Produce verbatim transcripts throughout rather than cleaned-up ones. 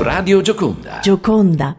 Radio Gioconda. Gioconda.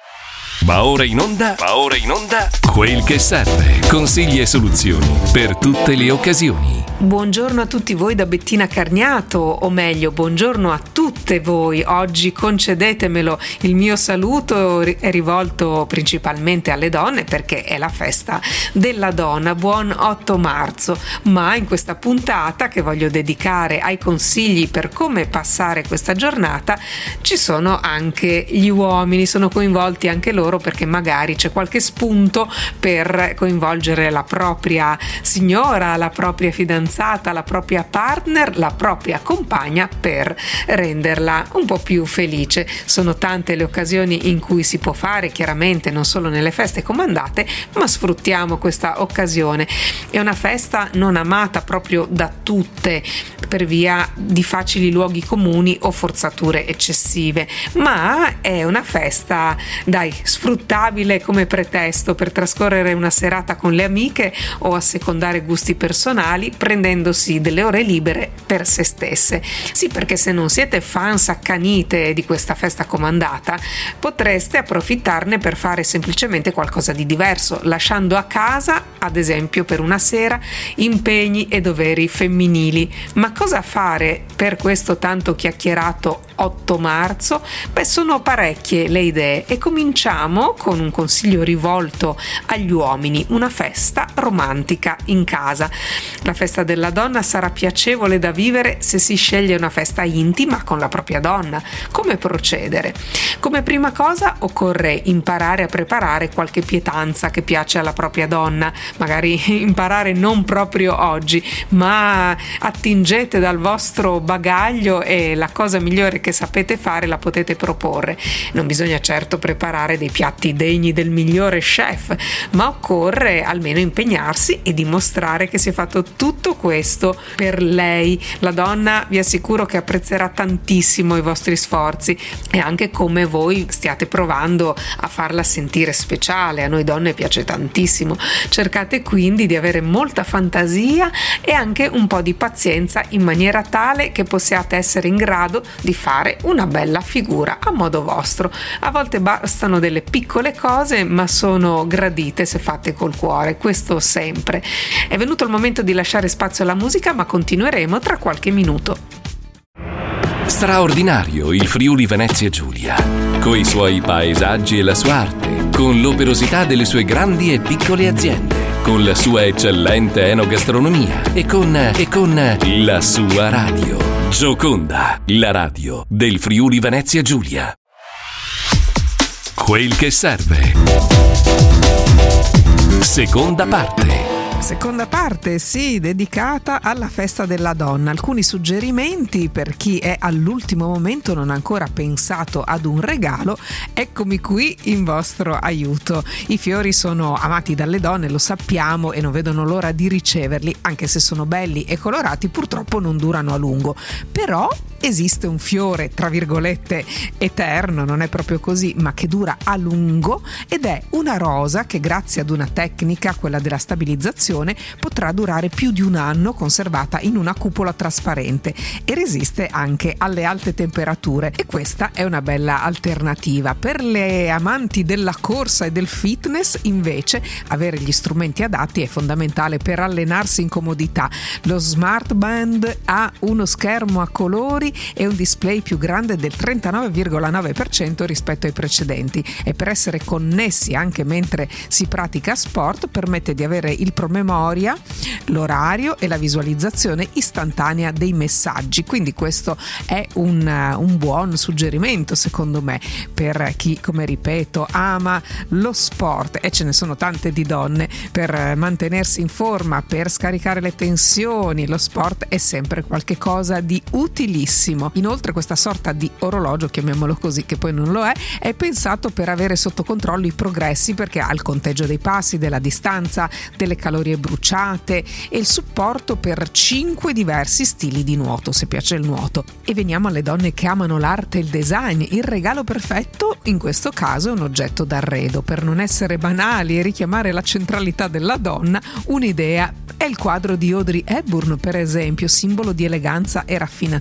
Va ora in onda, va ora in onda, Quel che serve. Consigli e soluzioni per tutte le occasioni. Buongiorno a tutti voi da Bettina Carniato, o meglio, buongiorno a tutte voi. Oggi concedetemelo, il mio saluto è rivolto principalmente alle donne perché è la festa della donna. Buon otto marzo, ma in questa puntata che voglio dedicare ai consigli per come passare questa giornata ci sono anche gli uomini, sono coinvolti anche loro perché magari c'è qualche spunto per coinvolgere la propria signora, la propria fidanzata, la propria partner, la propria compagna per renderla un po' più felice. Sono tante le occasioni in cui si può fare, chiaramente non solo nelle feste comandate, ma sfruttiamo questa occasione. È una festa non amata proprio da tutte per via di facili luoghi comuni o forzature eccessive, ma è una festa, dai, sfruttabile come pretesto per trascorrere una serata con le amiche o assecondare gusti personali, prendendosi delle ore libere per se stesse. Sì, perché se non siete fans accanite di questa festa comandata, potreste approfittarne per fare semplicemente qualcosa di diverso, lasciando a casa, ad esempio per una sera, impegni e doveri femminili. Ma cosa fare per questo tanto chiacchierato otto marzo? Beh, sono parecchie le idee e cominciamo con un consiglio rivolto agli uomini: una festa romantica in casa. La festa della donna sarà piacevole da vivere se si sceglie una festa intima con la propria donna. Come procedere? Come prima cosa occorre imparare a preparare qualche pietanza che piace alla propria donna, magari imparare non proprio oggi, ma attingete dal vostro bagaglio e la cosa migliore che sapete fare la potete proporre. Non bisogna certo preparare dei piatti degni del migliore chef, ma occorre almeno impegnarsi e dimostrare che si è fatto tutto questo per lei. La donna vi assicuro che apprezzerà tantissimo i vostri sforzi e anche come voi stiate provando a farla sentire speciale. A noi donne piace tantissimo. Cercate quindi di avere molta fantasia e anche un po' di pazienza, in maniera tale che possiate essere in grado di fare una bella figura a modo vostro. A volte bastano delle piccole cose, ma sono gradite se fatte col cuore, questo sempre. È venuto il momento di lasciare spazio alla musica, ma continueremo tra qualche minuto. Straordinario il Friuli Venezia Giulia, coi suoi paesaggi e la sua arte, con l'operosità delle sue grandi e piccole aziende, con la sua eccellente enogastronomia e con, e con la sua radio. Gioconda, la radio del Friuli Venezia Giulia. Quel che serve. Seconda parte. Seconda parte, sì, dedicata alla festa della donna. Alcuni suggerimenti per chi è all'ultimo momento non ha ancora pensato ad un regalo. Eccomi qui in vostro aiuto. I fiori sono amati dalle donne, lo sappiamo, e non vedono l'ora di riceverli, anche se sono belli e colorati, purtroppo non durano a lungo. Però esiste un fiore, tra virgolette, eterno, non è proprio così, ma che dura a lungo, ed è una rosa che grazie ad una tecnica, quella della stabilizzazione, potrà durare più di un anno conservata in una cupola trasparente e resiste anche alle alte temperature, e questa è una bella alternativa. Per le amanti della corsa e del fitness, invece, avere gli strumenti adatti è fondamentale per allenarsi in comodità. Lo Smart Band ha uno schermo a colori e un display più grande del trentanove virgola nove per cento rispetto ai precedenti, e per essere connessi anche mentre si pratica sport permette di avere il promemoria, l'orario e la visualizzazione istantanea dei messaggi. Quindi questo è un, un buon suggerimento, secondo me, per chi, come ripeto, ama lo sport, e ce ne sono tante di donne. Per mantenersi in forma, per scaricare le tensioni, lo sport è sempre qualche cosa di utilissimo. Inoltre questa sorta di orologio, chiamiamolo così, che poi non lo è, è pensato per avere sotto controllo i progressi, perché ha il conteggio dei passi, della distanza, delle calorie bruciate e il supporto per cinque diversi stili di nuoto, se piace il nuoto. E veniamo alle donne che amano l'arte e il design. Il regalo perfetto in questo caso è un oggetto d'arredo. Per non essere banali e richiamare la centralità della donna, un'idea è il quadro di Audrey Hepburn, per esempio, simbolo di eleganza e raffinatezza.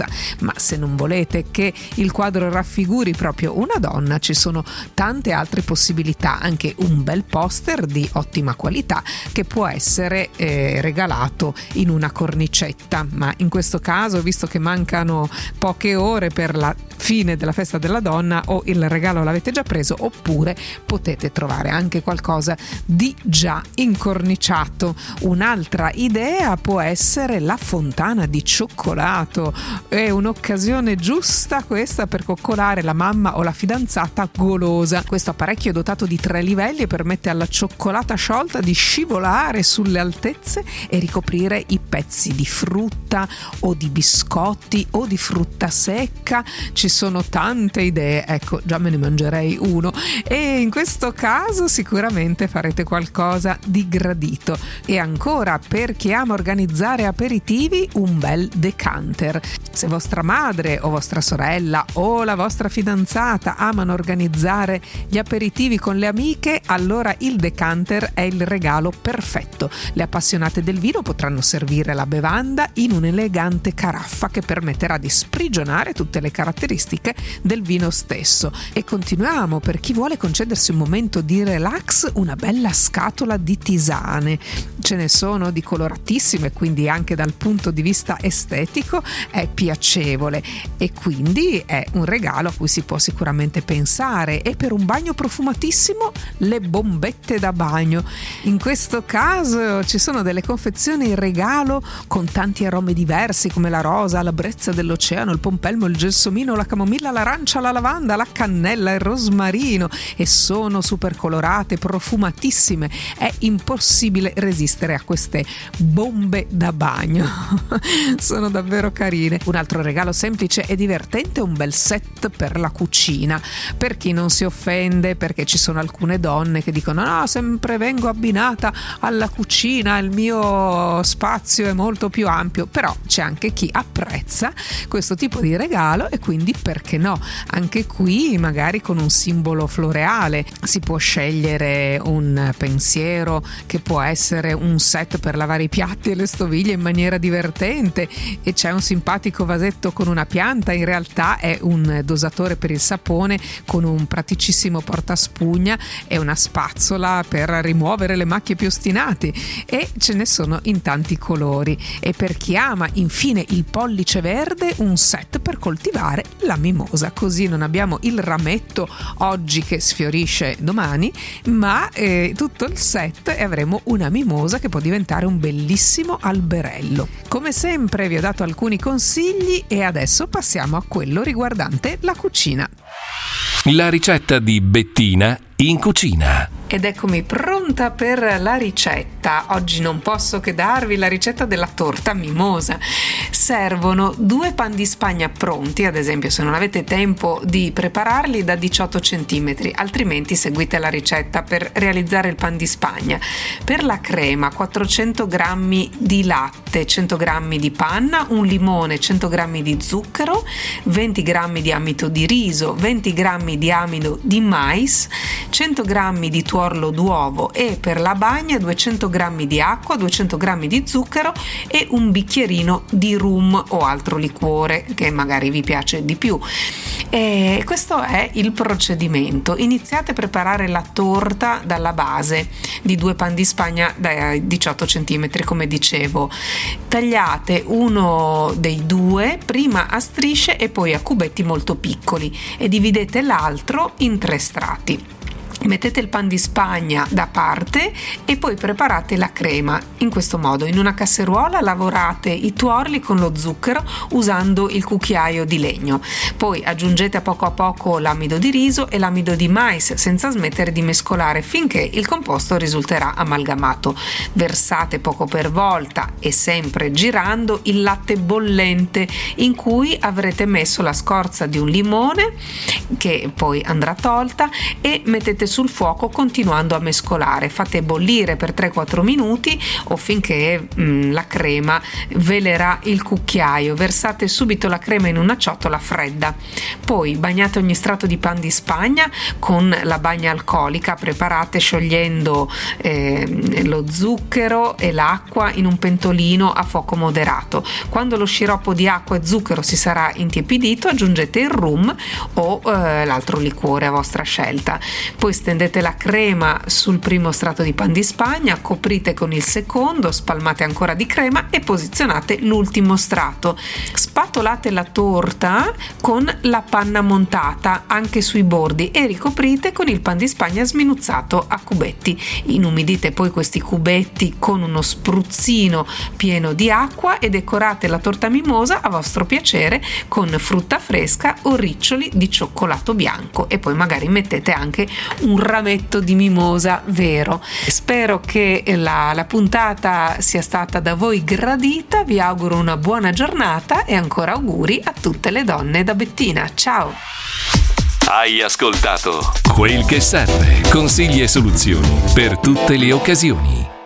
Ma se non volete che il quadro raffiguri proprio una donna, ci sono tante altre possibilità, anche un bel poster di ottima qualità che può essere eh, regalato in una cornicetta. Ma in questo caso, visto che mancano poche ore per la fine della festa della donna, o il regalo l'avete già preso oppure potete trovare anche qualcosa di già incorniciato. Un'altra idea può essere la fontana di cioccolato. È un'occasione giusta questa per coccolare la mamma o la fidanzata golosa. Questo apparecchio è dotato di tre livelli e permette alla cioccolata sciolta di scivolare sulle altezze e ricoprire i pezzi di frutta o di biscotti o di frutta secca. Ci sono tante idee, ecco, già me ne mangerei uno, e in questo caso sicuramente farete qualcosa di gradito. E ancora, per chi ama organizzare aperitivi, un bel decanter. Se vostra madre o vostra sorella o la vostra fidanzata amano organizzare gli aperitivi con le amiche, allora il decanter è il regalo perfetto. Le appassionate del vino potranno servire la bevanda in un'elegante caraffa che permetterà di sprigionare tutte le caratteristiche del vino stesso. E continuiamo, per chi vuole concedersi un momento di relax, una bella scatola di tisane. Ce ne sono di coloratissime, quindi anche dal punto di vista estetico è piacevole, e quindi è un regalo a cui si può sicuramente pensare. E per un bagno profumatissimo, le bombette da bagno. In questo caso ci sono delle confezioni in regalo con tanti aromi diversi, come la rosa, la brezza dell'oceano, il pompelmo, il gelsomino, la camomilla, l'arancia, la lavanda, la cannella, il rosmarino, e sono super colorate, profumatissime. È impossibile resistere a queste bombe da bagno. Sono davvero carine. Un altro regalo semplice e divertente è un bel set per la cucina. Per chi non si offende, perché ci sono alcune donne che dicono: no, sempre vengo abbinata alla cucina, il mio spazio è molto più ampio. Però c'è anche chi apprezza questo tipo di regalo, e quindi perché no? Anche qui magari con un simbolo floreale si può scegliere un pensiero che può essere un set per lavare i piatti e le stoviglie in maniera divertente, e c'è un simpatico vasetto con una pianta, in realtà è un dosatore per il sapone con un praticissimo portaspugna e una spazzola per rimuovere le macchie più ostinate, e ce ne sono in tanti colori. E per chi ama infine il pollice verde, un set per coltivare la mimosa, così non abbiamo il rametto oggi che sfiorisce domani, ma eh, tutto il set, e avremo una mimosa che può diventare un bellissimo alberello. Come sempre vi ho dato alcuni consigli e adesso passiamo a quello riguardante la cucina. La ricetta di Bettina in cucina. Ed eccomi pronta per la ricetta. Oggi non posso che darvi la ricetta della torta mimosa. Servono due pan di spagna pronti, ad esempio se non avete tempo di prepararli, da diciotto centimetri, altrimenti seguite la ricetta per realizzare il pan di spagna. Per la crema quattrocento grammi di latte, cento grammi di panna, un limone, cento grammi di zucchero, venti grammi di amido di riso, venti grammi di amido di mais, cento grammi di tuorlo d'uovo, e per la bagna duecento grammi di acqua, duecento grammi di zucchero e un bicchierino di rum o altro liquore che magari vi piace di più. E questo è il procedimento. Iniziate a preparare la torta dalla base di due pan di spagna da diciotto centimetri, come dicevo. Tagliate uno dei due prima a strisce e poi a cubetti molto piccoli e dividete l'altro in tre strati. Mettete il pan di spagna da parte e poi preparate la crema. In questo modo, in una casseruola lavorate i tuorli con lo zucchero usando il cucchiaio di legno. Poi aggiungete a poco a poco l'amido di riso e l'amido di mais senza smettere di mescolare finché il composto risulterà amalgamato. Versate poco per volta e sempre girando il latte bollente in cui avrete messo la scorza di un limone che poi andrà tolta, e mettete sul fuoco continuando a mescolare. Fate bollire per tre quattro minuti o finché mh, la crema velerà il cucchiaio. Versate subito la crema in una ciotola fredda. Poi bagnate ogni strato di pan di Spagna con la bagna alcolica. Preparate sciogliendo eh, lo zucchero e l'acqua in un pentolino a fuoco moderato. Quando lo sciroppo di acqua e zucchero si sarà intiepidito, aggiungete il rum o eh, l'altro liquore a vostra scelta. Poi stendete la crema sul primo strato di pan di Spagna, coprite con il secondo, spalmate ancora di crema e posizionate l'ultimo strato. Spatolate la torta con la panna montata anche sui bordi e ricoprite con il pan di Spagna sminuzzato a cubetti. Inumidite poi questi cubetti con uno spruzzino pieno di acqua e decorate la torta mimosa a vostro piacere con frutta fresca o riccioli di cioccolato bianco, e poi magari mettete anche un rametto di mimosa vero. Spero che la, la puntata sia stata da voi gradita, vi auguro una buona giornata e ancora auguri a tutte le donne da Bettina. Ciao! Hai ascoltato Quel che serve, consigli e soluzioni per tutte le occasioni.